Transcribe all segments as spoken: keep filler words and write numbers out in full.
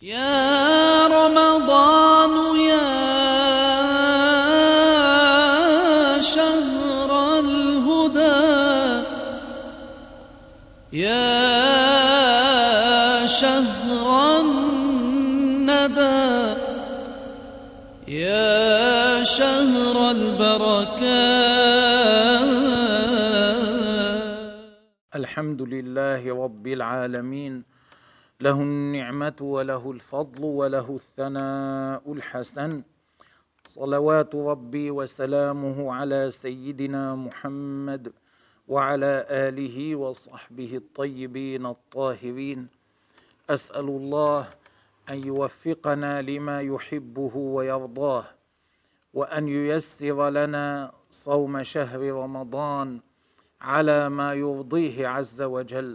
يا رمضان يا شهر الهدى، يا شهر الندى، يا شهر البركات. الحمد لله رب العالمين، له النعمة وله الفضل وله الثناء الحسن. صلوات ربي وسلامه على سيدنا محمد وعلى آله وصحبه الطيبين الطاهرين. أسأل الله أن يوفقنا لما يحبه ويرضاه، وأن ييسر لنا صوم شهر رمضان على ما يرضيه عز وجل.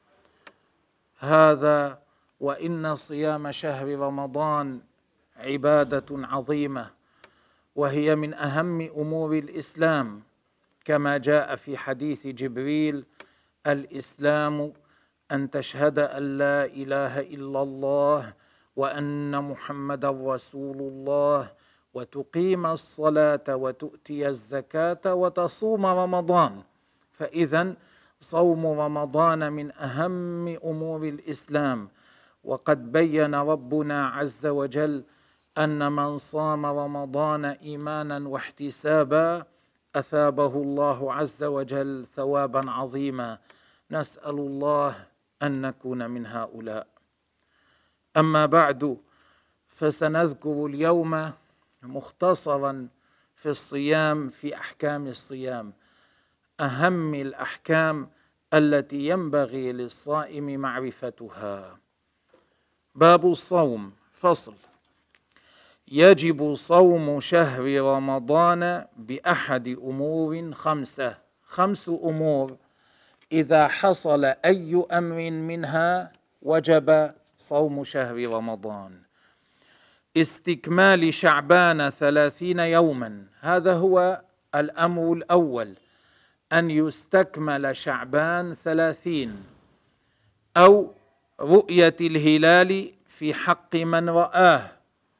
هذا وإن صيام شهر رمضان عبادة عظيمة، وهي من أهم أمور الإسلام، كما جاء في حديث جبريل: الإسلام أن تشهد أن لا إله إلا الله وأن محمدا رسول الله، وتقيم الصلاة وتؤتي الزكاة وتصوم رمضان. فإذن صوم رمضان من أهم أمور الإسلام، وقد بين ربنا عز وجل أن من صام رمضان إيمانا واحتسابا أثابه الله عز وجل ثوابا عظيما. نسأل الله أن نكون من هؤلاء. أما بعد، فسنذكر اليوم مختصرا في الصيام، في أحكام الصيام، أهم الأحكام التي ينبغي للصائم معرفتها. باب الصوم. فصل: يجب صوم شهر رمضان بأحد أمور خمسة. خمس أمور إذا حصل أي أمر منها وجب صوم شهر رمضان. استكمال شعبان ثلاثين يوما، هذا هو الأمر الأول، أن يستكمل شعبان ثلاثين، أو رؤية الهلال في حق من رآه.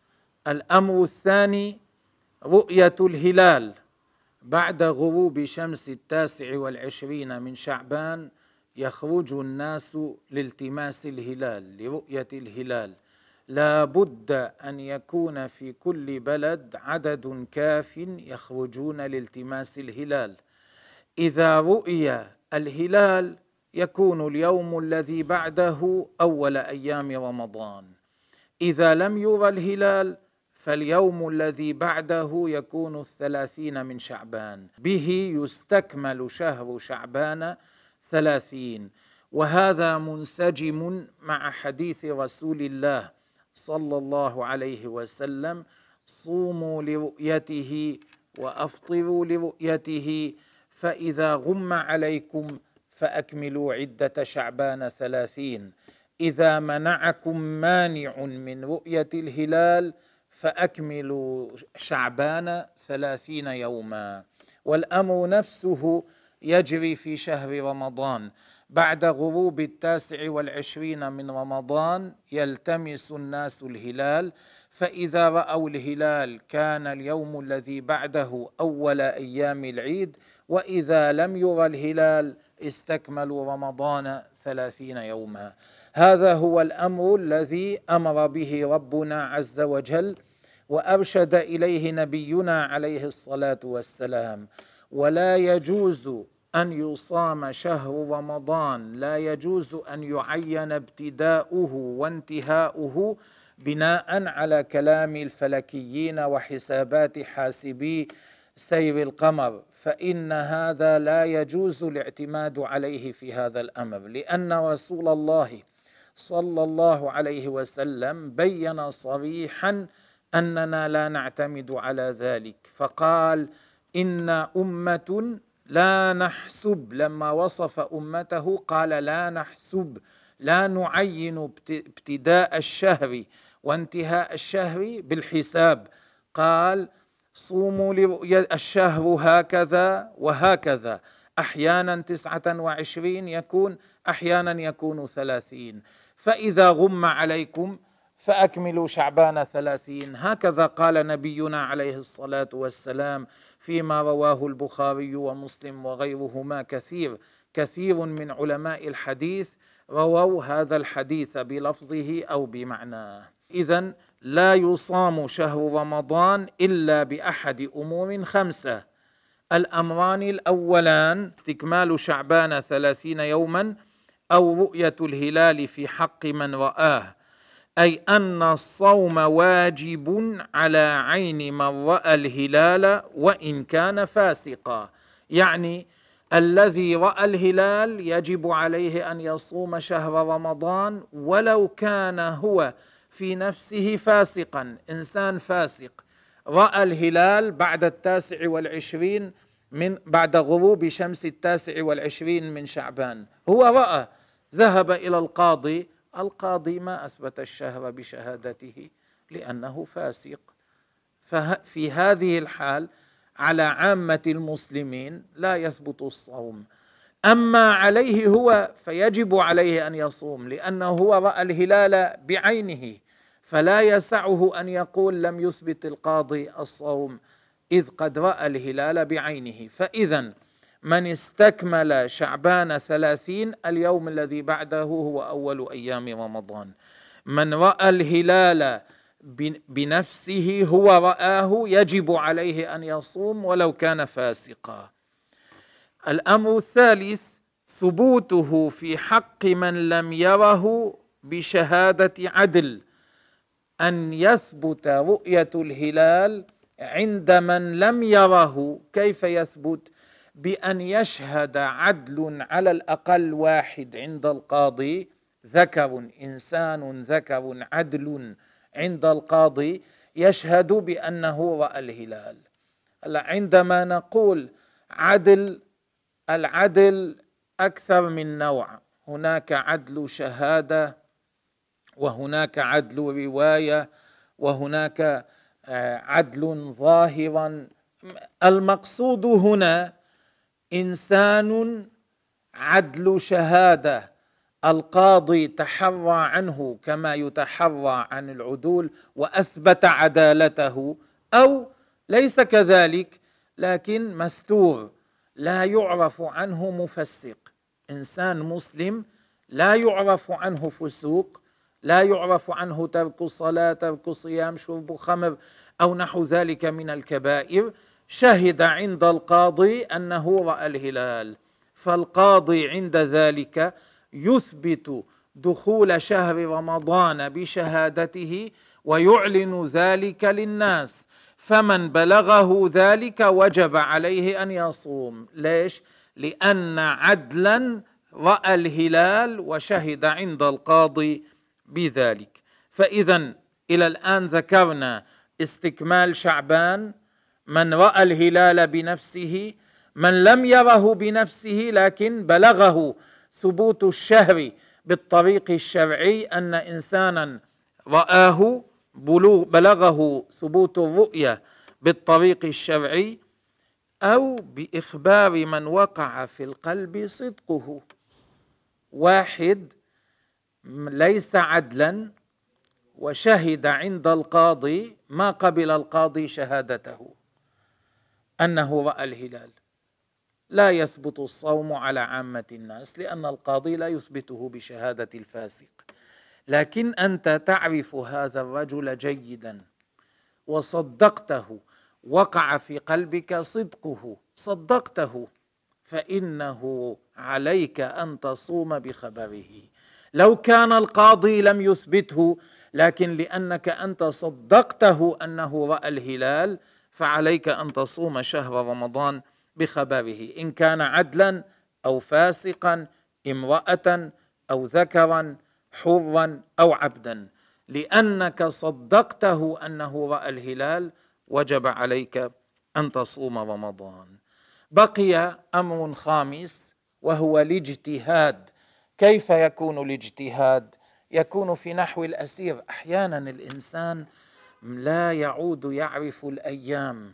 الأمر الثاني رؤية الهلال بعد غروب شمس التاسع والعشرين من شعبان، يخرج الناس لالتماس الهلال، لرؤية الهلال. لا بد أن يكون في كل بلد عدد كاف يخرجون لالتماس الهلال. إذا رؤي الهلال يكون اليوم الذي بعده أول أيام رمضان. إذا لم يرى الهلال فاليوم الذي بعده يكون الثلاثين من شعبان، به يستكمل شهر شعبان ثلاثين. وهذا منسجم مع حديث رسول الله صلى الله عليه وسلم: صوموا لرؤيته وأفطروا لرؤيته، فإذا غم عليكم فأكملوا عدة شعبان ثلاثين. إذا منعكم مانع من رؤية الهلال فأكملوا شعبان ثلاثين يوما. والأمر نفسه يجري في شهر رمضان. بعد غروب التاسع والعشرين من رمضان يلتمس الناس الهلال، فإذا رأوا الهلال كان اليوم الذي بعده أول أيام العيد، وإذا لم يرى الهلال استكملوا رمضان ثلاثين يوما. هذا هو الأمر الذي أمر به ربنا عز وجل وأرشد إليه نبينا عليه الصلاة والسلام. ولا يجوز أن يصام شهر رمضان، لا يجوز أن يعين ابتداؤه وانتهاؤه بناء على كلام الفلكيين وحسابات حاسبي سير القمر، فإن هذا لا يجوز الاعتماد عليه في هذا الأمر، لأن رسول الله صلى الله عليه وسلم بين صريحا أننا لا نعتمد على ذلك، فقال: إن أمة لا نحسب. لما وصف أمته قال: لا نحسب، لا نعين ابتداء الشهر وانتهاء الشهر بالحساب. قال: صوموا لرؤية الشهر هكذا وهكذا، أحيانا تسعة وعشرين يكون، أحيانا يكون ثلاثين. فإذا غم عليكم فأكملوا شعبان ثلاثين. هكذا قال نبينا عليه الصلاة والسلام فيما رواه البخاري ومسلم وغيرهما. كثير كثير من علماء الحديث رووا هذا الحديث بلفظه أو بمعناه. إذن لا يصام شهر رمضان إلا بأحد أمور خمسة: الأمران الأولان استكمال شعبان ثلاثين يوما أو رؤية الهلال في حق من رآه، أي أن الصوم واجب على عين من رأى الهلال وإن كان فاسقا. يعني الذي رأى الهلال يجب عليه أن يصوم شهر رمضان ولو كان هو في نفسه فاسقا. إنسان فاسق رأى الهلال بعد التاسع والعشرين من بعد غروب شمس التاسع والعشرين من شعبان، هو رأى، ذهب إلى القاضي، القاضي ما أثبت الشهر بشهادته لأنه فاسق. ففي هذه الحال على عامة المسلمين لا يثبت الصوم. أما عليه هو فيجب عليه أن يصوم لأنه هو رأى الهلال بعينه، فلا يسعه أن يقول لم يثبت القاضي الصوم إذ قد رأى الهلال بعينه. فإذا من استكمل شعبان ثلاثين، اليوم الذي بعده هو أول أيام رمضان. من رأى الهلال بنفسه هو رآه يجب عليه أن يصوم ولو كان فاسقا. الأمر الثالث ثبوته في حق من لم يره بشهادة عدل، أن يثبت رؤية الهلال عند من لم يره. كيف يثبت؟ بأن يشهد عدل على الأقل واحد عند القاضي، ذكر، إنسان ذكر عدل عند القاضي يشهد بأنه رأى الهلال. عندما نقول عدل، العدل أكثر من نوع، هناك عدل شهادة وهناك عدل رواية وهناك عدل ظاهرا. المقصود هنا إنسان عدل شهادة القاضي تحرى عنه كما يتحرى عن العدول وأثبت عدالته، أو ليس كذلك لكن مستور لا يعرف عنه مفسق، إنسان مسلم لا يعرف عنه فسوق، لا يعرف عنه ترك صلاة، ترك صيام، شرب خمر أو نحو ذلك من الكبائر، شهد عند القاضي أنه رأى الهلال، فالقاضي عند ذلك يثبت دخول شهر رمضان بشهادته ويعلن ذلك للناس، فمن بلغه ذلك وجب عليه أن يصوم. ليش؟ لأن عدلا رأى الهلال وشهد عند القاضي بذلك. فإذا إلى الآن ذكرنا استكمال شعبان، من رأى الهلال بنفسه، من لم يره بنفسه لكن بلغه ثبوت الشهر بالطريق الشرعي، أن إنسانا رآه بلغه ثبوت الرؤية بالطريق الشرعي، أو بإخبار من وقع في القلب صدقه. واحد ليس عدلا وشهد عند القاضي، ما قبل القاضي شهادته أنه رأى الهلال، لا يثبت الصوم على عامة الناس لأن القاضي لا يثبته بشهادة الفاسق. لكن أنت تعرف هذا الرجل جيدا وصدقته، وقع في قلبك صدقه، صدقته، فإنه عليك أن تصوم بخبره. لو كان القاضي لم يثبته لكن لأنك أنت صدقته أنه رأى الهلال فعليك أن تصوم شهر رمضان بخبره، إن كان عدلا أو فاسقا، امرأة أو ذكرا، حرا أو عبدا، لأنك صدقته أنه رأى الهلال وجب عليك أن تصوم رمضان. بقي أمر خامس وهو الاجتهاد. كيف يكون الاجتهاد؟ يكون في نحو الأسير. أحيانا الإنسان لا يعود يعرف الأيام،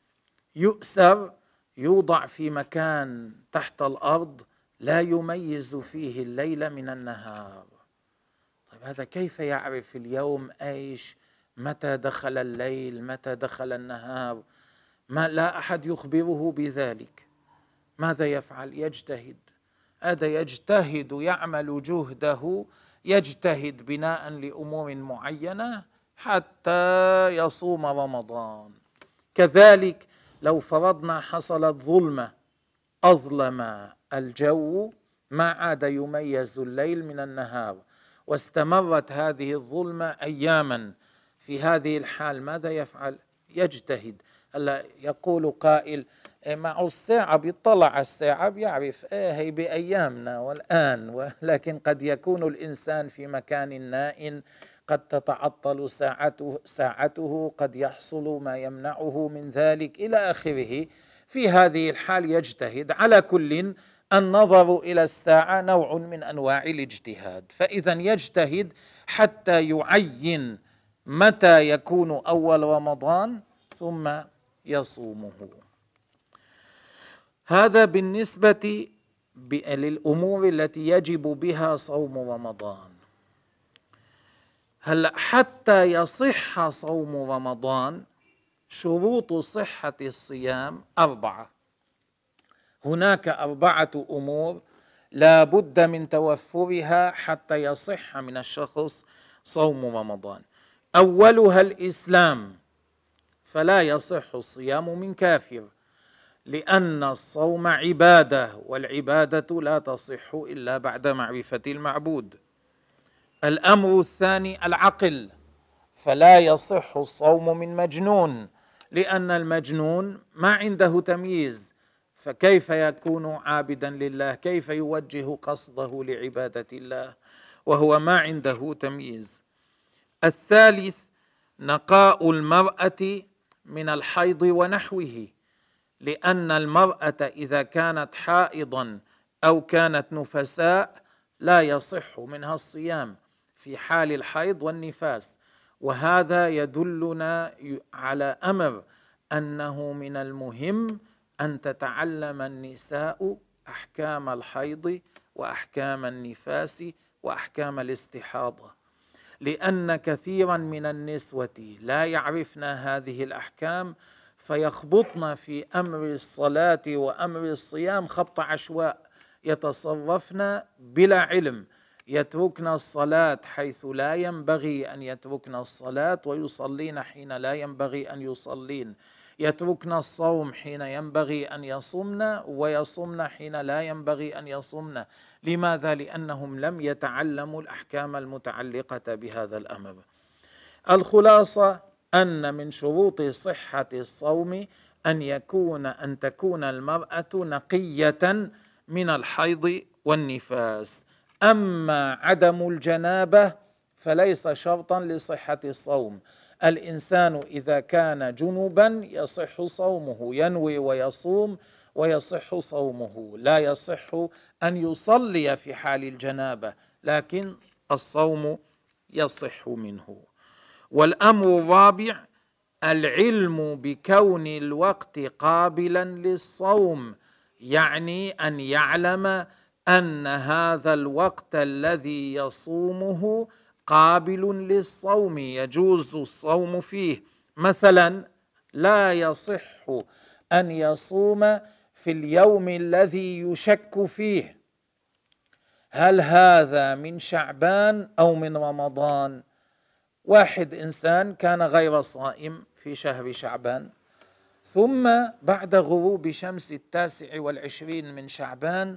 يؤسر، يوضع في مكان تحت الأرض لا يميز فيه الليل من النهار. طيب هذا كيف يعرف اليوم أيش، متى دخل الليل، متى دخل النهار؟ ما لا أحد يخبره بذلك. ماذا يفعل؟ يجتهد. هذا يجتهد، يعمل جهده، يجتهد بناء لأمور معينة حتى يصوم رمضان. كذلك لو فرضنا حصلت ظلمة، أظلم الجو، ما عاد يميز الليل من النهار، واستمرت هذه الظلمة أياما، في هذه الحال ماذا يفعل؟ يجتهد. هلا يقول قائل مع الساعة، بيطلع على الساعة بيعرف ايه هي بأيامنا والآن، ولكن قد يكون الإنسان في مكان نائٍ، قد تتعطل ساعته, ساعته قد يحصل ما يمنعه من ذلك إلى آخره. في هذه الحال يجتهد. على كل، النظر إلى الساعة نوع من أنواع الاجتهاد. فإذا يجتهد حتى يعين متى يكون أول رمضان ثم يصومه. هذا بالنسبة للأمور التي يجب بها صوم رمضان. هلا حتى يصح صوم رمضان شروط صحة الصيام أربعة. هناك أربعة أمور لا بد من توفرها حتى يصح من الشخص صوم رمضان. أولها الإسلام، فلا يصح الصيام من كافر، لأن الصوم عبادة، والعبادة لا تصح إلا بعد معرفة المعبود. الأمر الثاني العقل، فلا يصح الصوم من مجنون، لأن المجنون ما عنده تمييز، فكيف يكون عابدا لله؟ كيف يوجه قصده لعبادة الله وهو ما عنده تمييز؟ الثالث نقاء المرأة من الحيض ونحوه، لأن المرأة إذا كانت حائضا أو كانت نفساء لا يصح منها الصيام في حال الحيض والنفاس. وهذا يدلنا على أمر أنه من المهم أن تتعلم النساء أحكام الحيض وأحكام النفاس وأحكام الاستحاضة، لأن كثيرا من النسوة لا يعرفن هذه الأحكام، فيخبطن في أمر الصلاة وأمر الصيام خبط عشواء، يتصرفن بلا علم، يتركن الصلاة حيث لا ينبغي أن يتركن الصلاة، ويصلين حين لا ينبغي أن يصلين، يتركن الصوم حين ينبغي أن يصمن، ويصمن حين لا ينبغي أن يصمن. لماذا؟ لأنهم لم يتعلموا الأحكام المتعلقة بهذا الأمر. الخلاصة أن من شروط صحة الصوم أن يكون أن تكون المرأة نقية من الحيض والنفاس. أما عدم الجنابة فليس شرطا لصحة الصوم. الإنسان إذا كان جنبا يصح صومه، ينوي ويصوم ويصح صومه، لا يصح أن يصلي في حال الجنابة، لكن الصوم يصح منه. والأمر الرابع العلم بكون الوقت قابلا للصوم، يعني أن يعلم أن هذا الوقت الذي يصومه قابل للصوم، يجوز الصوم فيه. مثلا لا يصح أن يصوم في اليوم الذي يشك فيه هل هذا من شعبان أو من رمضان. واحد إنسان كان غير صائم في شهر شعبان، ثم بعد غروب شمس التاسع والعشرين من شعبان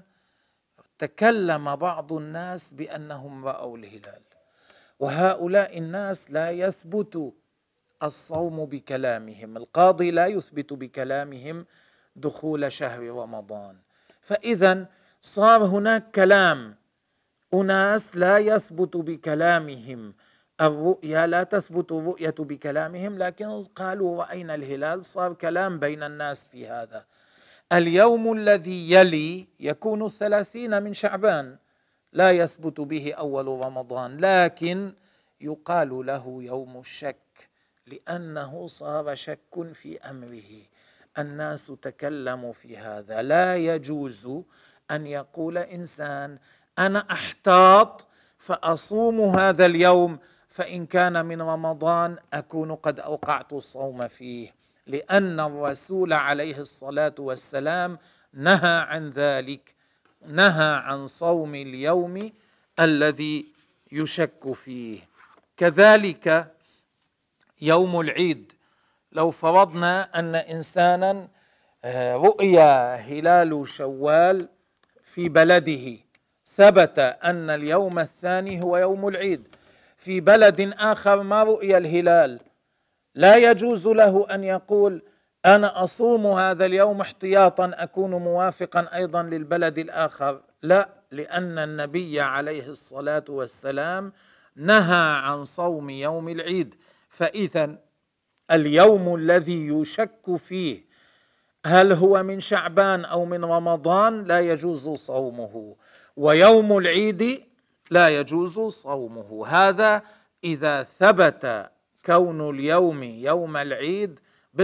تكلم بعض الناس بأنهم رأوا الهلال، وهؤلاء الناس لا يثبت الصوم بكلامهم، القاضي لا يثبت بكلامهم دخول شهر رمضان. فإذا صار هناك كلام، أناس لا يثبت بكلامهم الرؤيا، لا تثبت الرؤية بكلامهم، لكن قالوا رأينا الهلال، صار كلام بين الناس في هذا. اليوم الذي يلي يكون الثلاثين من شعبان، لا يثبت به أول رمضان، لكن يقال له يوم الشك، لأنه صار شك في أمره، الناس تكلموا في هذا. لا يجوز أن يقول إنسان أنا أحتاط فأصوم هذا اليوم، فإن كان من رمضان أكون قد أوقعت الصوم فيه، لأن الرسول عليه الصلاة والسلام نهى عن ذلك، نهى عن صوم اليوم الذي يشك فيه. كذلك يوم العيد، لو فرضنا أن إنسانا رؤيا هلال شوال في بلده، ثبت أن اليوم الثاني هو يوم العيد، في بلد آخر ما رؤي الهلال، لا يجوز له أن يقول أنا أصوم هذا اليوم احتياطا أكون موافقا أيضا للبلد الآخر، لا، لأن النبي عليه الصلاة والسلام نهى عن صوم يوم العيد. فإذا اليوم الذي يشك فيه هل هو من شعبان أو من رمضان لا يجوز صومه، ويوم العيد لا يجوز صومه. هذا إذا ثبت كون اليوم يوم العيد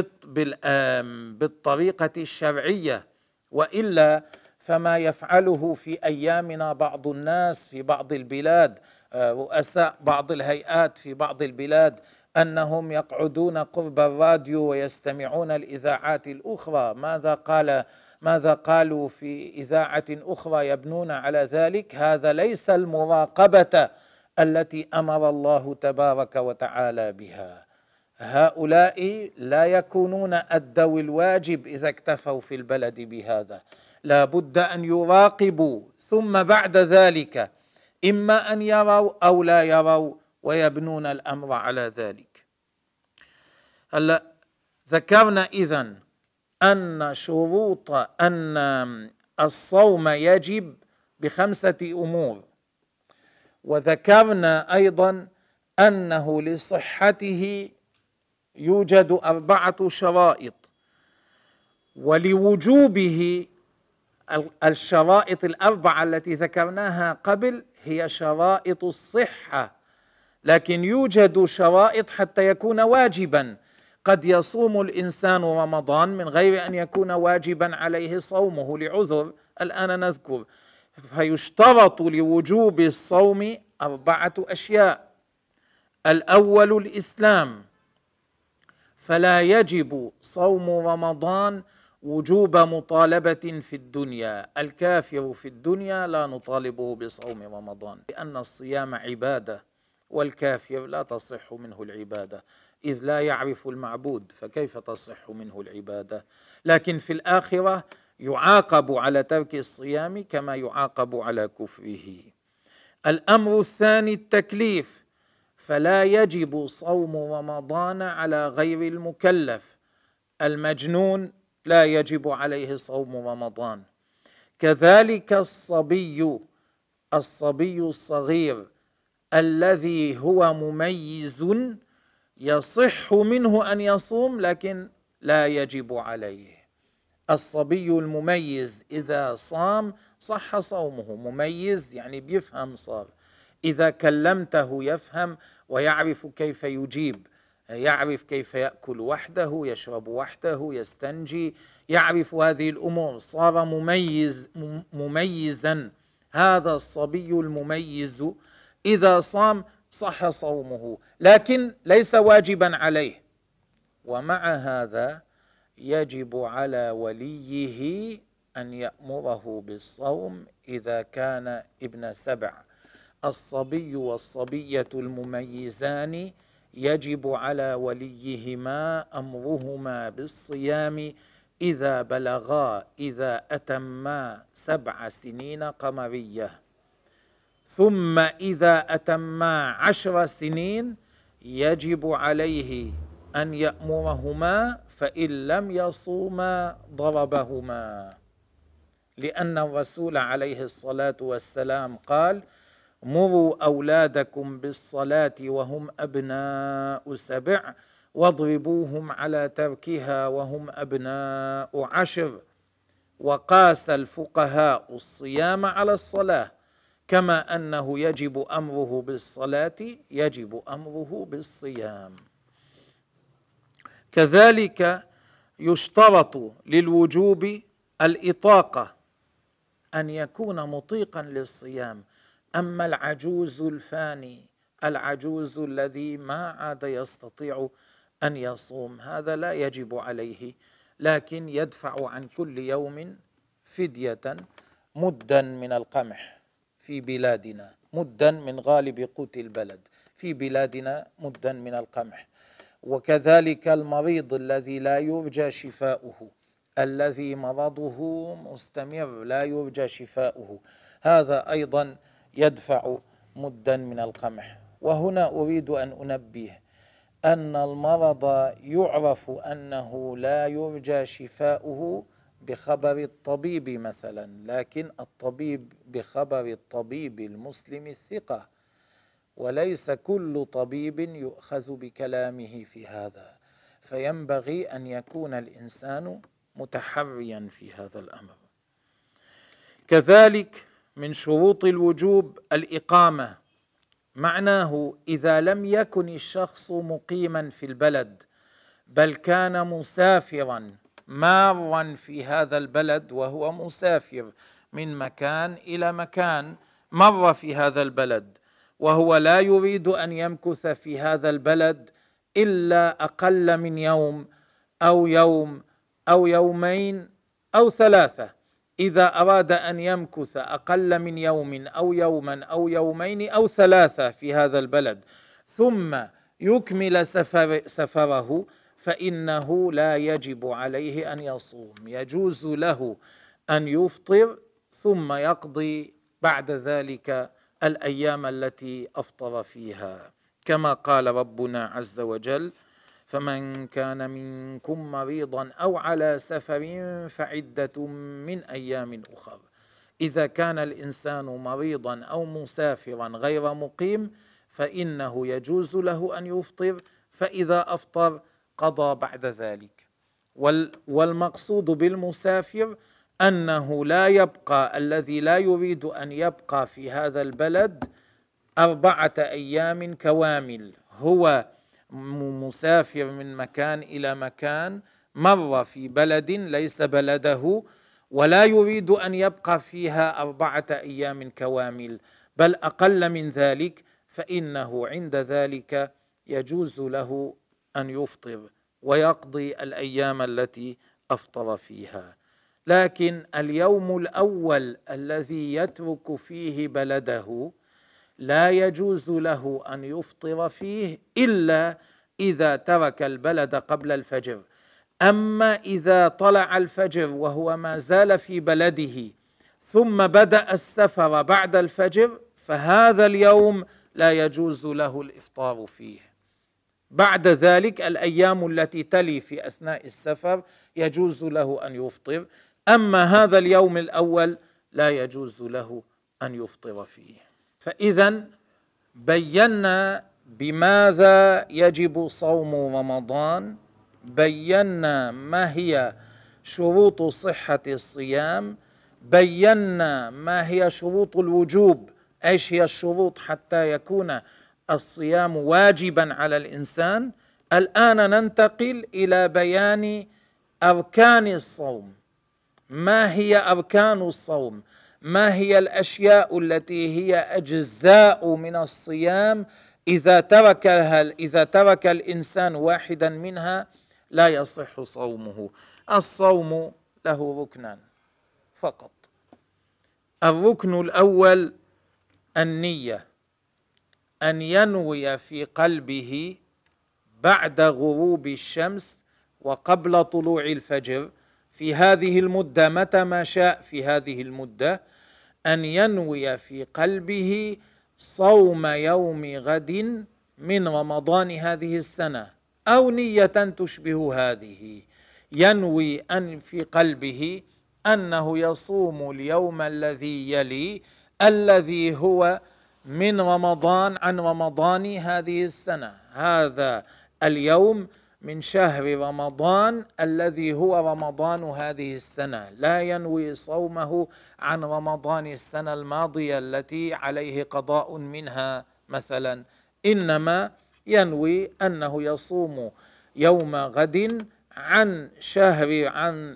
بالطريقة الشرعية، وإلا فما يفعله في أيامنا بعض الناس في بعض البلاد، رؤساء بعض الهيئات في بعض البلاد، أنهم يقعدون قرب الراديو ويستمعون الإذاعات الأخرى. ماذا قال ماذا قالوا في إذاعة أخرى يبنون على ذلك؟ هذا ليس المراقبة التي أمر الله تبارك وتعالى بها. هؤلاء لا يكونون أدوا الواجب إذا اكتفوا في البلد بهذا، لا بد أن يراقبوا، ثم بعد ذلك إما أن يروا أو لا يروا ويبنون الأمر على ذلك. هلا ذكرنا إذن أن شروط أن الصوم يجب بخمسة أمور، وذكرنا أيضا أنه لصحته يوجد أربعة شرائط، ولوجوبه الشرائط الأربعة التي ذكرناها قبل هي شرائط الصحة، لكن يوجد شرائط حتى يكون واجبا. قد يصوم الإنسان رمضان من غير أن يكون واجبا عليه صومه لعذر الآن نذكر، فيشترط لوجوب الصوم أربعة أشياء. الأول الإسلام، فلا يجب صوم رمضان وجوب مطالبة في الدنيا، الكافر في الدنيا لا نطالبه بصوم رمضان، لأن الصيام عبادة، والكافر لا تصح منه العبادة إذ لا يعرف المعبود، فكيف تصح منه العبادة؟ لكن في الآخرة يعاقب على ترك الصيام كما يعاقب على كفره. الأمر الثاني التكليف، فلا يجب صوم رمضان على غير المكلف، المجنون لا يجب عليه صوم رمضان. كذلك الصبي الصبي الصغير الذي هو مميز يصح منه أن يصوم لكن لا يجب عليه. الصبي المميز إذا صام صح صومه، مميز يعني بيفهم، صار إذا كلمته يفهم ويعرف كيف يجيب، يعرف كيف يأكل وحده، يشرب وحده، يستنجي، يعرف هذه الأمور، صار مميز مميزا. هذا الصبي المميز إذا صام صح صومه، لكن ليس واجبا عليه. ومع هذا يجب على وليه أن يأمره بالصوم إذا كان ابن سبع. الصبي والصبية المميزان يجب على وليهما أمرهما بالصيام إذا بلغا إذا أتما سبع سنين قمرية، ثم إذا أتما عشر سنين يجب عليه أن يأمرهما، فإن لم يصوما ضربهما، لأن الرسول عليه الصلاة والسلام قال: مروا أولادكم بالصلاة وهم أبناء سبع واضربوهم على تركها وهم أبناء عشر. وقاس الفقهاء الصيام على الصلاة، كما أنه يجب أمره بالصلاة يجب أمره بالصيام. كذلك يشترط للوجوب الإطاقة، أن يكون مطيقا للصيام، أما العجوز الفاني، العجوز الذي ما عاد يستطيع أن يصوم، هذا لا يجب عليه، لكن يدفع عن كل يوم فدية مدا من القمح في بلادنا، مدا من غالب قوت البلد في بلادنا، مدا من القمح. وكذلك المريض الذي لا يرجى شفاؤه، الذي مرضه مستمر لا يرجى شفاؤه، هذا أيضا يدفع مدا من القمح. وهنا أريد أن أنبه أن المرض يعرف أنه لا يرجى شفاؤه بخبر الطبيب مثلا، لكن الطبيب بخبر الطبيب المسلم الثقة، وليس كل طبيب يؤخذ بكلامه في هذا، فينبغي أن يكون الإنسان متحريا في هذا الأمر. كذلك من شروط الوجوب الإقامة، معناه إذا لم يكن الشخص مقيما في البلد بل كان مسافرا مارا في هذا البلد، وهو مسافر من مكان إلى مكان، مر في هذا البلد وهو لا يريد أن يمكث في هذا البلد إلا أقل من يوم أو يوم أو يومين أو ثلاثة، إذا أراد أن يمكث أقل من يوم أو يوما أو يومين أو ثلاثة في هذا البلد ثم يكمل سفر سفره فإنه لا يجب عليه أن يصوم، يجوز له أن يفطر ثم يقضي بعد ذلك الأيام التي أفطر فيها، كما قال ربنا عز وجل: فمن كان منكم مريضا أو على سفر فعدة من أيام أخر. إذا كان الإنسان مريضا أو مسافرا غير مقيم فإنه يجوز له أن يفطر، فإذا أفطر قضى بعد ذلك. والمقصود بالمسافر أنه لا يبقى، الذي لا يريد أن يبقى في هذا البلد أربعة أيام كوامل، هو مسافر من مكان إلى مكان، مر في بلد ليس بلده ولا يريد أن يبقى فيها أربعة أيام كوامل بل أقل من ذلك، فإنه عند ذلك يجوز له أن يفطر ويقضي الأيام التي أفطر فيها. لكن اليوم الأول الذي يترك فيه بلده لا يجوز له أن يفطر فيه إلا إذا ترك البلد قبل الفجر. أما إذا طلع الفجر وهو ما زال في بلده ثم بدأ السفر بعد الفجر فهذا اليوم لا يجوز له الإفطار فيه. بعد ذلك الأيام التي تلي في أثناء السفر يجوز له أن يفطر، أما هذا اليوم الأول لا يجوز له أن يفطر فيه. فإذا بينا بماذا يجب صوم رمضان، بينا ما هي شروط صحة الصيام، بينا ما هي شروط الوجوب، ايش هي الشروط حتى يكون الصيام واجبا على الإنسان. الآن ننتقل إلى بيان أركان الصوم. ما هي أركان الصوم؟ ما هي الأشياء التي هي أجزاء من الصيام إذا تركها إذا ترك الإنسان واحدا منها لا يصح صومه؟ الصوم له ركنان فقط. الركن الأول النية، أن ينوي في قلبه بعد غروب الشمس وقبل طلوع الفجر في هذه المدة متى ما شاء، في هذه المدة أن ينوي في قلبه صوم يوم غد من رمضان هذه السنة، أو نية تشبه هذه، ينوي أن في قلبه أنه يصوم اليوم الذي يلي الذي هو من رمضان عن رمضان هذه السنة، هذا اليوم من شهر رمضان الذي هو رمضان هذه السنة، لا ينوي صومه عن رمضان السنة الماضية التي عليه قضاء منها مثلا، إنما ينوي أنه يصوم يوم غد عن شهر عن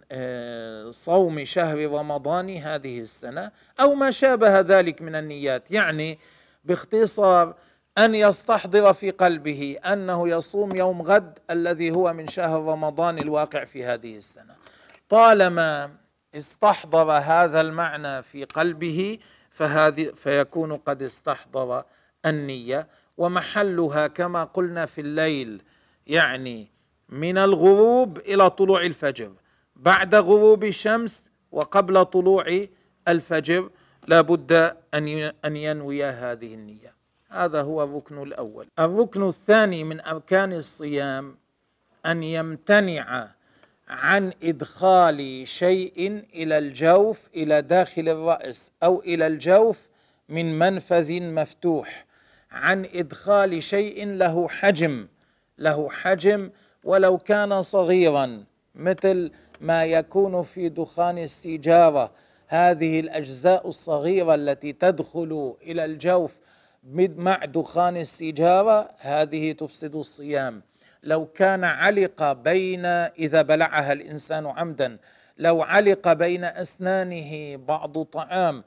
صوم شهر رمضان هذه السنة أو ما شابه ذلك من النيات. يعني باختصار أن يستحضر في قلبه أنه يصوم يوم غد الذي هو من شهر رمضان الواقع في هذه السنة. طالما استحضر هذا المعنى في قلبه فهذه فيكون قد استحضر النية، ومحلها كما قلنا في الليل، يعني من الغروب إلى طلوع الفجر، بعد غروب الشمس وقبل طلوع الفجر لا بد أن ينوي هذه النية. هذا هو الركن الأول. الركن الثاني من أركان الصيام أن يمتنع عن إدخال شيء إلى الجوف إلى داخل الرأس أو إلى الجوف من منفذ مفتوح، عن إدخال شيء له حجم له حجم ولو كان صغيرا، مثل ما يكون في دخان السيجارة. هذه الأجزاء الصغيرة التي تدخل إلى الجوف مع دخان السيجارة هذه تفسد الصيام. لو كان علق بين إذا بلعها الإنسان عمدا، لو علق بين أسنانه بعض طعام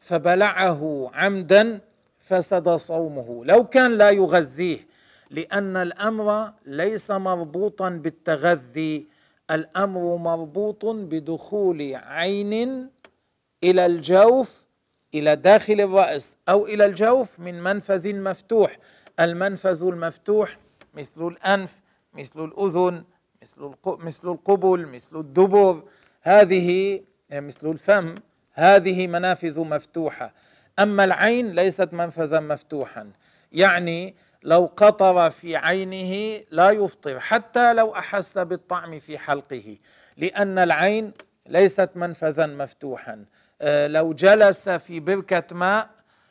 فبلعه عمدا فسد صومه، لو كان لا يغذيه، لأن الأمر ليس مربوطا بالتغذي، الأمر مربوط بدخول عين إلى الجوف إلى داخل الرأس أو إلى الجوف من منفذ مفتوح. المنفذ المفتوح مثل الأنف، مثل الأذن، مثل مثل القبل، مثل الدبر، هذه مثل الفم، هذه منافذ مفتوحة. أما العين ليست منفذا مفتوحا، يعني لو قطر في عينه لا يفطر حتى لو أحس بالطعم في حلقه، لأن العين ليست منفذا مفتوحا. لو جلس في بركة ماء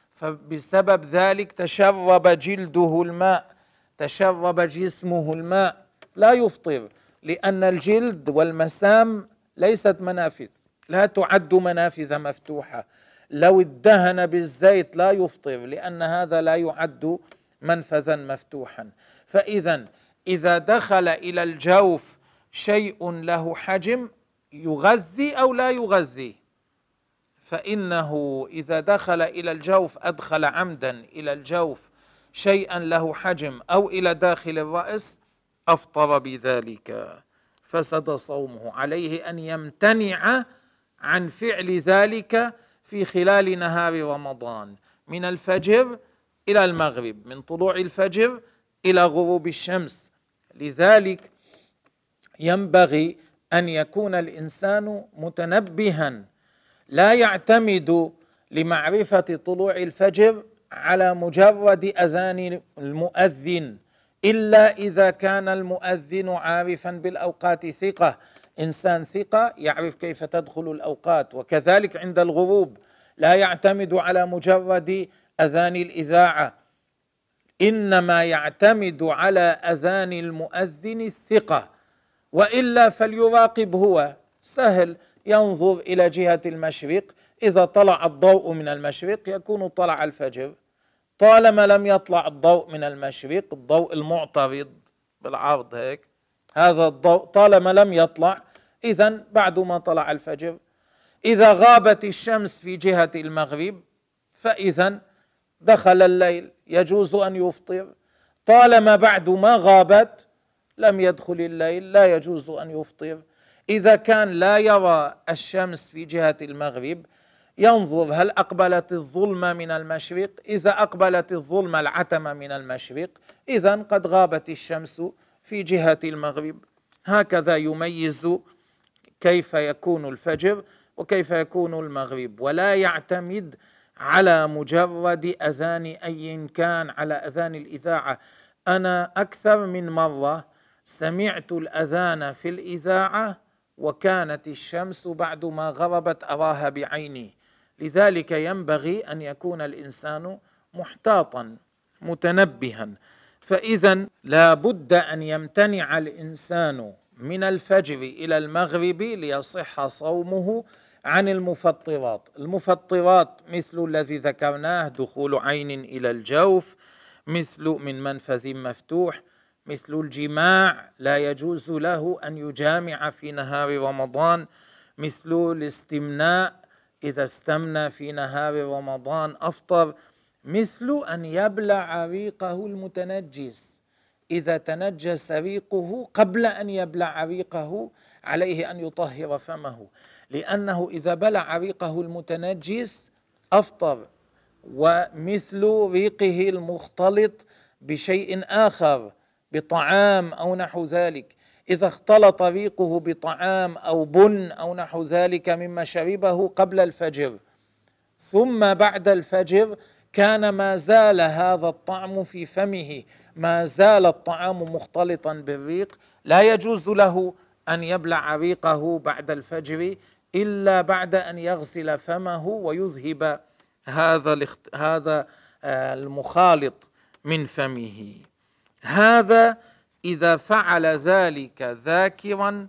فبسبب ذلك تشرب جلده الماء، تشرب جسمه الماء، لا يفطر، لأن الجلد والمسام ليست منافذ، لا تعد منافذ مفتوحة. لو ادهن بالزيت لا يفطر، لأن هذا لا يعد منفذا مفتوحا. فإذا إذا دخل إلى الجوف شيء له حجم يغذي أو لا يغذي، فإنه إذا دخل إلى الجوف أدخل عمدا إلى الجوف شيئا له حجم أو إلى داخل الرأس أفطر بذلك، فسد صومه. عليه أن يمتنع عن فعل ذلك في خلال نهار رمضان من الفجر إلى المغرب، من طلوع الفجر إلى غروب الشمس. لذلك ينبغي أن يكون الإنسان متنبها، لا يعتمد لمعرفة طلوع الفجر على مجرد أذان المؤذن، إلا إذا كان المؤذن عارفا بالأوقات ثقة، إنسان ثقة يعرف كيف تدخل الأوقات. وكذلك عند الغروب لا يعتمد على مجرد أذان الإذاعة، إنما يعتمد على أذان المؤذن الثقة، وإلا فليراقب هو. سهل ينظر إلى جهة المشرق، إذا طلع الضوء من المشرق يكون طلع الفجر. طالما لم يطلع الضوء من المشرق، الضوء المعترض بالعرض هيك، هذا الضوء طالما لم يطلع إذن بعد ما طلع الفجر. إذا غابت الشمس في جهة المغرب فإذن دخل الليل، يجوز أن يفطر. طالما بعد ما غابت لم يدخل الليل لا يجوز أن يفطر. إذا كان لا يرى الشمس في جهة المغرب ينظر هل أقبلت الظلمة من المشرق، إذا أقبلت الظلمة العتمة من المشرق إذن قد غابت الشمس في جهة المغرب. هكذا يميز كيف يكون الفجر وكيف يكون المغرب، ولا يعتمد على مجرد أذان أي كان، على أذان الإذاعة. أنا أكثر من مرة سمعت الأذان في الإذاعة وكانت الشمس بعد ما غربت أراها بعيني. لذلك ينبغي أن يكون الإنسان محتاطا متنبها. فإذا لا بد أن يمتنع الإنسان من الفجر إلى المغرب ليصح صومه عن المفطرات. المفطرات مثل الذي ذكرناه، دخول عين إلى الجوف، مثل من منفذ مفتوح، مثل الجماع لا يجوز له أن يجامع في نهار رمضان، مثل الاستمناء إذا استمنى في نهار رمضان أفطر، مثل أن يبلع ريقه المتنجس، إذا تنجس ريقه قبل أن يبلع ريقه عليه أن يطهر فمه، لأنه إذا بلع ريقه المتنجس أفطر. ومثل ريقه المختلط بشيء آخر، بطعام أو نحو ذلك، إذا اختلط ريقه بطعام أو بن أو نحو ذلك مما شربه قبل الفجر ثم بعد الفجر كان ما زال هذا الطعم في فمه، ما زال الطعام مختلطا بالريق، لا يجوز له أن يبلع ريقه بعد الفجر إلا بعد أن يغسل فمه ويذهب هذا هذا المخالط من فمه. هذا إذا فعل ذلك ذاكرا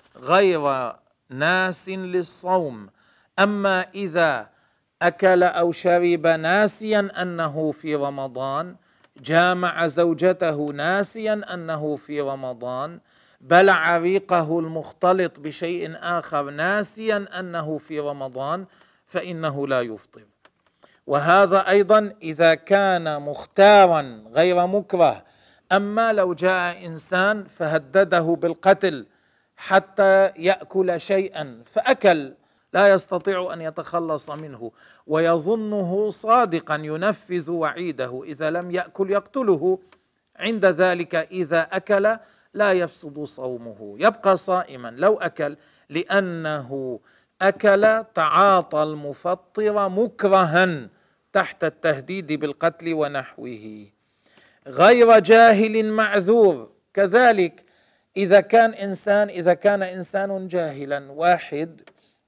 غير ناس للصوم. أما إذا أكل أو شرب ناسيا أنه في رمضان، جامع زوجته ناسيا أنه في رمضان، بلع ريقه المختلط بشيء آخر ناسيا أنه في رمضان، فإنه لا يفطر. وهذا أيضا إذا كان مختارا غير مكره. أما لو جاء إنسان فهدده بالقتل حتى يأكل شيئا فأكل، لا يستطيع أن يتخلص منه ويظنه صادقا ينفذ وعيده، إذا لم يأكل يقتله، عند ذلك إذا أكل لا يفسد صومه، يبقى صائما لو أكل، لأنه أكل تعاطى المفطر مكرها تحت التهديد بالقتل ونحوه. غير جاهل معذور كذلك. إذا كان إنسان إذا كان إنسان جاهلا، واحد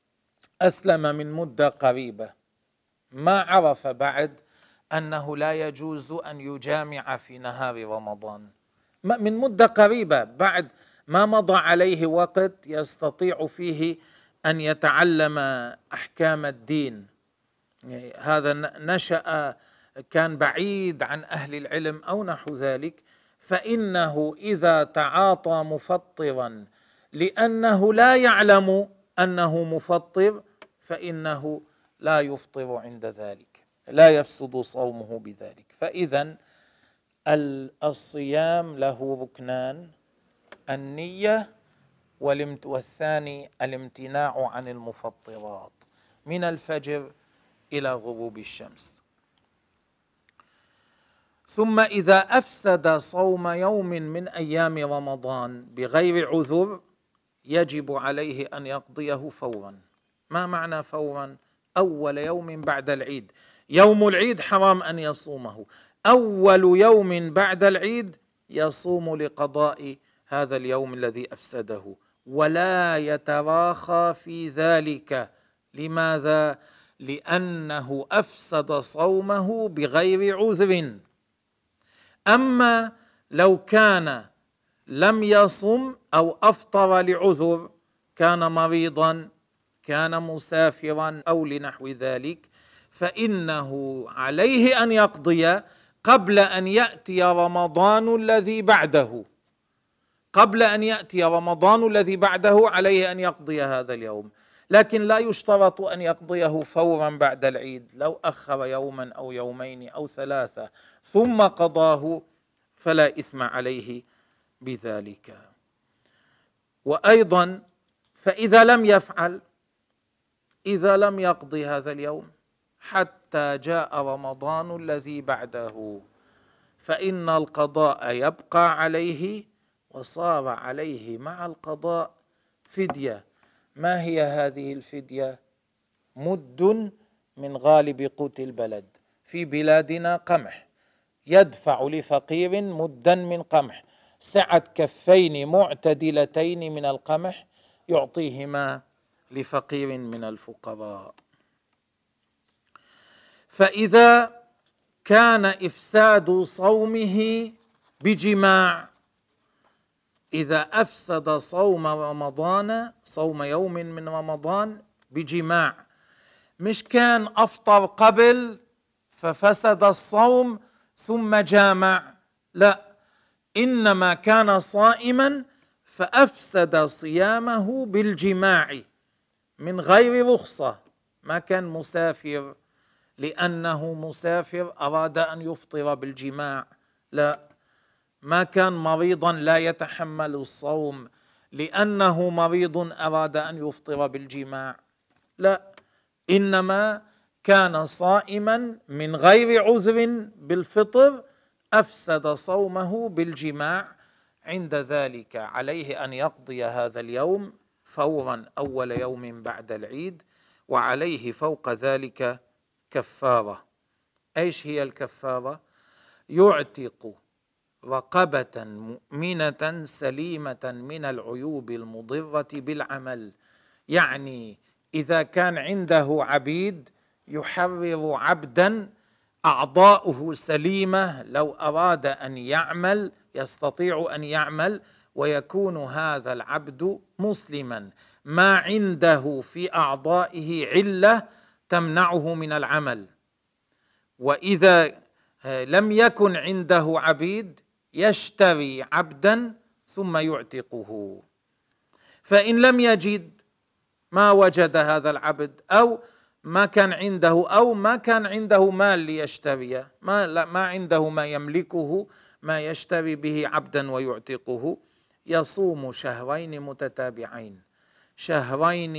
أسلم من مدة قريبة، ما عرف بعد أنه لا يجوز أن يجامع في نهار رمضان، من مدة قريبة بعد ما مضى عليه وقت يستطيع فيه أن يتعلم أحكام الدين، هذا نشأ كان بعيد عن أهل العلم أو نحو ذلك، فإنه إذا تعاطى مفطرا لأنه لا يعلم أنه مفطر فإنه لا يفطر عند ذلك، لا يفسد صومه بذلك. فإذا الصيام له ركنان: النية، والثاني الامتناع عن المفطرات من الفجر إلى غروب الشمس. ثم إذا أفسد صوم يوم من أيام رمضان بغير عذر يجب عليه أن يقضيه فورا. ما معنى فورا؟ أول يوم بعد العيد. يوم العيد حرام أن يصومه، أول يوم بعد العيد يصوم لقضاء هذا اليوم الذي أفسده، ولا يتراخى في ذلك. لماذا؟ لأنه أفسد صومه بغير عذر. أما لو كان لم يصم أو أفطر لعذر، كان مريضا، كان مسافرا أو لنحو ذلك، فإنه عليه أن يقضي قبل أن يأتي رمضان الذي بعده. قبل أن يأتي رمضان الذي بعده عليه أن يقضي هذا اليوم، لكن لا يشترط أن يقضيه فورا بعد العيد. لو أخر يوما أو يومين أو ثلاثة ثم قضاه فلا إثم عليه بذلك. وأيضا فإذا لم يفعل، إذا لم يقضي هذا اليوم حتى جاء رمضان الذي بعده، فإن القضاء يبقى عليه، وصار عليه مع القضاء فدية. ما هي هذه الفدية؟ مد من غالب قوت البلد، في بلادنا قمح، يدفع لفقير مدا من قمح، سعة كفين معتدلتين من القمح يعطيهما لفقير من الفقراء. فإذا كان إفساد صومه بجماع، إذا أفسد صوم رمضان، صوم يوم من رمضان بجماع، مش كان أفطر قبل ففسد الصوم ثم جامع، لا، إنما كان صائما فأفسد صيامه بالجماع من غير رخصة، ما كان مسافر لأنه مسافر أراد أن يفطر بالجماع، لا، ما كان مريضا لا يتحمل الصوم لأنه مريض أراد أن يفطر بالجماع، لا، إنما كان صائما من غير عذر بالفطر أفسد صومه بالجماع. عند ذلك عليه أن يقضي هذا اليوم فورا أول يوم بعد العيد، وعليه فوق ذلك كفارة. ايش هي الكفارة؟ يعتق رقبة مؤمنة سليمة من العيوب المضرة بالعمل، يعني إذا كان عنده عبيد يحرر عبدا أعضاؤه سليمة، لو أراد أن يعمل يستطيع أن يعمل، ويكون هذا العبد مسلما ما عنده في أعضائه علة تمنعه من العمل. وإذا لم يكن عنده عبيد يشتري عبدا ثم يعتقه، فإن لم يجد ما وجد هذا العبد أو ما كان عنده أو ما كان عنده مال ليشتريه، ما, لا ما عنده ما يملكه ما يشتري به عبدا ويعتقه، يصوم شهرين متتابعين، شهرين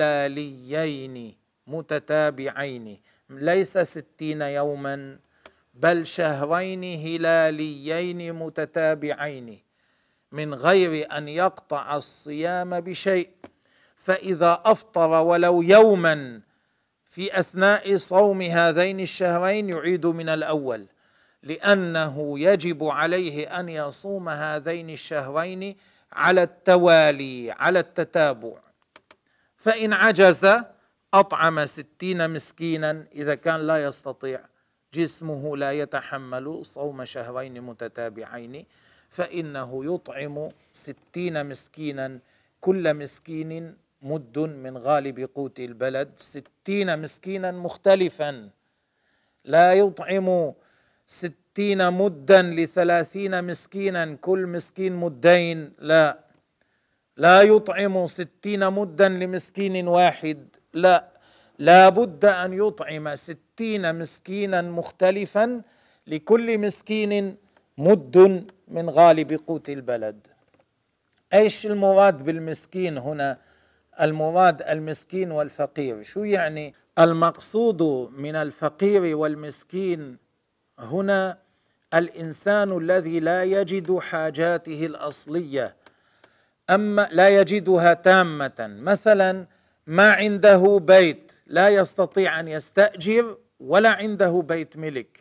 هلاليين متتابعين، ليس ستين يوما بل شهرين هلاليين متتابعين من غير أن يقطع الصيام بشيء. فإذا أفطر ولو يوما في أثناء صوم هذين الشهرين يعيد من الأول، لأنه يجب عليه أن يصوم هذين الشهرين على التوالي على التتابع. فإن عجز أطعم ستين مسكينا إذا كان لا يستطيع، جسمه لا يتحمل صوم شهرين متتابعين، فإنه يطعم ستين مسكينا، كل مسكين مد من غالب قوت البلد، ستين مسكينا مختلفا، لا يطعم ستين مدا لثلاثين مسكينا كل مسكين مدين، لا، لا يطعم ستين مدا لمسكين واحد، لا، لا بد أن يطعم ستين مسكينا مختلفا لكل مسكين مد من غالب قوت البلد. ايش المراد بالمسكين هنا؟ المراد المسكين والفقير. شو يعني؟ المقصود من الفقير والمسكين هنا الإنسان الذي لا يجد حاجاته الأصلية، أما لا يجدها تامة، مثلا ما عنده بيت لا يستطيع أن يستأجر ولا عنده بيت ملك.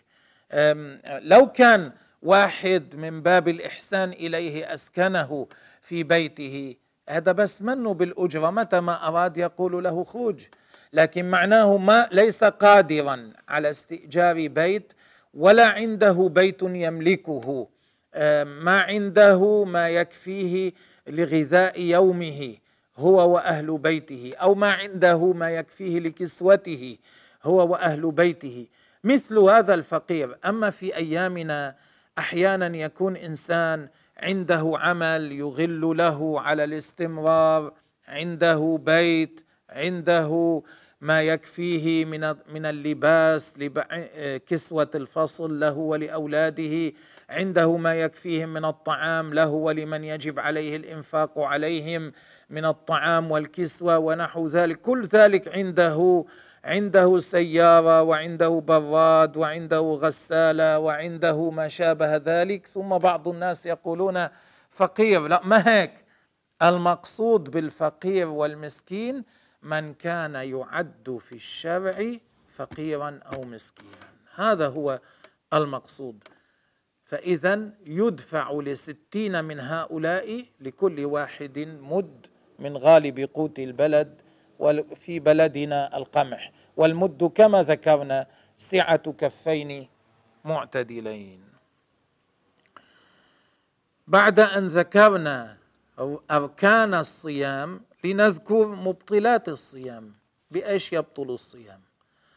لو كان واحد من باب الإحسان إليه أسكنه في بيته، هذا بس منه بالأجرة، متى ما أراد يقول له خروج، لكن معناه ما ليس قادرا على استئجار بيت ولا عنده بيت يملكه، ما عنده ما يكفيه لغذاء يومه هو وأهل بيته، أو ما عنده ما يكفيه لكسوته هو وأهل بيته، مثل هذا الفقير. أما في أيامنا أحيانا يكون إنسان عنده عمل يغل له على الاستمرار، عنده بيت، عنده ما يكفيه من من اللباس، كسوة الفصل له ولأولاده، عنده ما يكفيهم من الطعام له ولمن يجب عليه الإنفاق عليهم من الطعام والكسوة ونحو ذلك، كل ذلك عنده، عنده سيارة وعنده براد وعنده غسالة وعنده ما شابه ذلك، ثم بعض الناس يقولون فقير. لا، ما هيك. المقصود بالفقير والمسكين من كان يعد في الشرع فقيرا أو مسكينا، هذا هو المقصود. فإذا يدفع لستين من هؤلاء لكل واحد مد من غالب قوت البلد، وفي بلدنا القمح، والمد كما ذكرنا سعة كفين معتدلين. بعد أن ذكرنا أركان الصيام لنذكر مبطلات الصيام. بإيش يبطل الصيام؟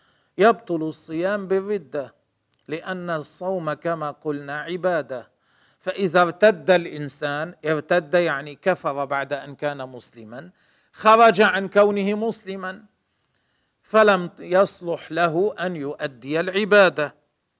يبطل الصيام بالردة، لأن الصوم كما قلنا عبادة، فإذا ارتد الإنسان، ارتد يعني كفر بعد أن كان مسلما، خرج عن كونه مسلما، فلم يصلح له أن يؤدي العبادة.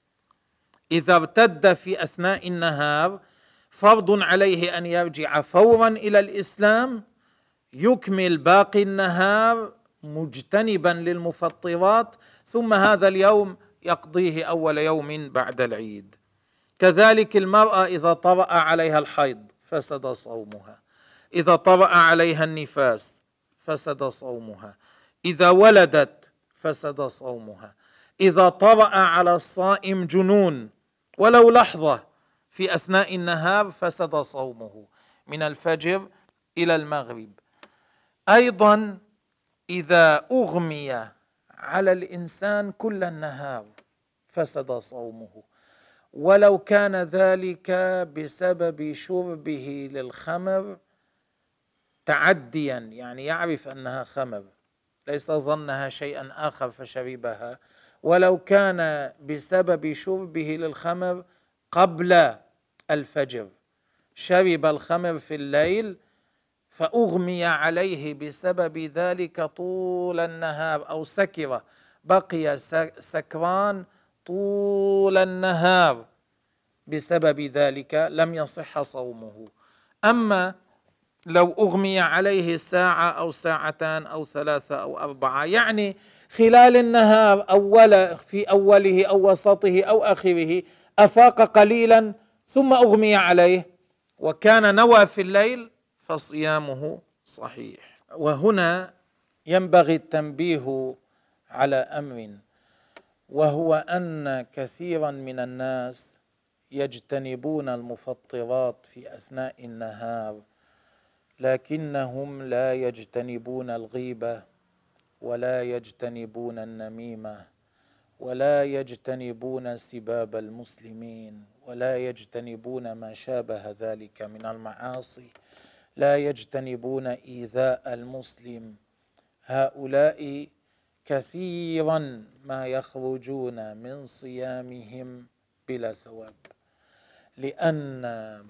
إذا ارتد في أثناء النهار فرض عليه أن يرجع فورا إلى الإسلام، يكمل باقي النهار مجتنبا للمفطرات، ثم هذا اليوم يقضيه أول يوم بعد العيد. كذلك المرأة إذا طرأ عليها الحيض فسد صومها، إذا طرأ عليها النفاس فسد صومها، إذا ولدت فسد صومها، إذا طرأ على الصائم جنون ولو لحظة في أثناء النهار فسد صومه من الفجر إلى المغرب. أيضا إذا أغمي على الإنسان كل النهار فسد صومه، ولو كان ذلك بسبب شربه للخمر تعديا، يعني يعرف أنها خمر ليس ظنها شيئا آخر فشربها، ولو كان بسبب شربه للخمر قبل الفجر، شرب الخمر في الليل فأغمي عليه بسبب ذلك طول النهار، أو سكر بقي سكران طول النهار بسبب ذلك، لم يصح صومه. أما لو أغمي عليه ساعة أو ساعتان أو ثلاثة أو أربعة، يعني خلال النهار أول في أوله أو وسطه أو آخره أفاق قليلا ثم أغمي عليه وكان نوى في الليل فصيامه صحيح. وهنا ينبغي التنبيه على أمر، وهو أن كثيرا من الناس يجتنبون المفطرات في أثناء النهار، لكنهم لا يجتنبون الغيبة، ولا يجتنبون النميمة، ولا يجتنبون سباب المسلمين، ولا يجتنبون ما شابه ذلك من المعاصي، لا يجتنبون إيذاء المسلم. هؤلاء كثيرا ما يخرجون من صيامهم بلا ثواب، لأن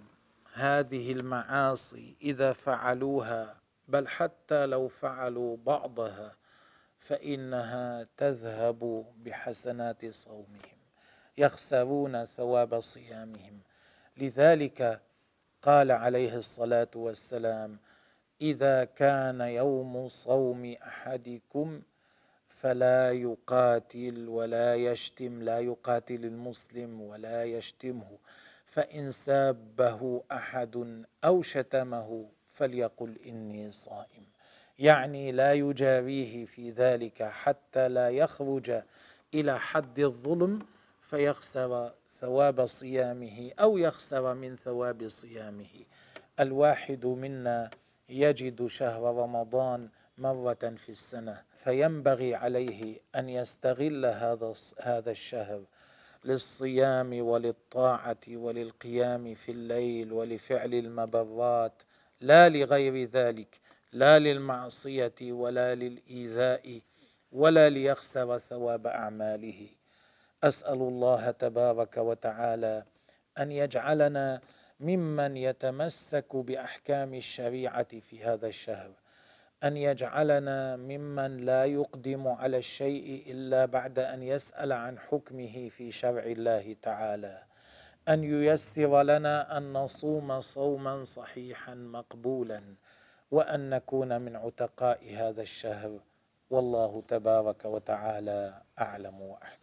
هذه المعاصي إذا فعلوها، بل حتى لو فعلوا بعضها، فإنها تذهب بحسنات صومهم، يخسرون ثواب صيامهم. لذلك قال عليه الصلاة والسلام: إذا كان يوم صوم أحدكم فلا يقاتل ولا يشتم، لا يقاتل المسلم ولا يشتمه، فإن سابه أحد أو شتمه فليقل إني صائم، يعني لا يجاريه في ذلك حتى لا يخرج إلى حد الظلم فيخسر ثواب صيامه أو يخسر من ثواب صيامه. الواحد منا يجد شهر رمضان مرة في السنة، فينبغي عليه أن يستغل هذا هذا الشهر للصيام وللطاعة وللقيام في الليل ولفعل المبرات، لا لغير ذلك، لا للمعصية ولا للإيذاء ولا ليخسر ثواب أعماله. أسأل الله تبارك وتعالى أن يجعلنا ممن يتمسك بأحكام الشريعة في هذا الشهر، أن يجعلنا ممن لا يقدم على الشيء إلا بعد أن يسأل عن حكمه في شرع الله تعالى، أن ييسر لنا أن نصوم صوما صحيحا مقبولا، وأن نكون من عتقاء هذا الشهر. والله تبارك وتعالى أعلم وأحكم.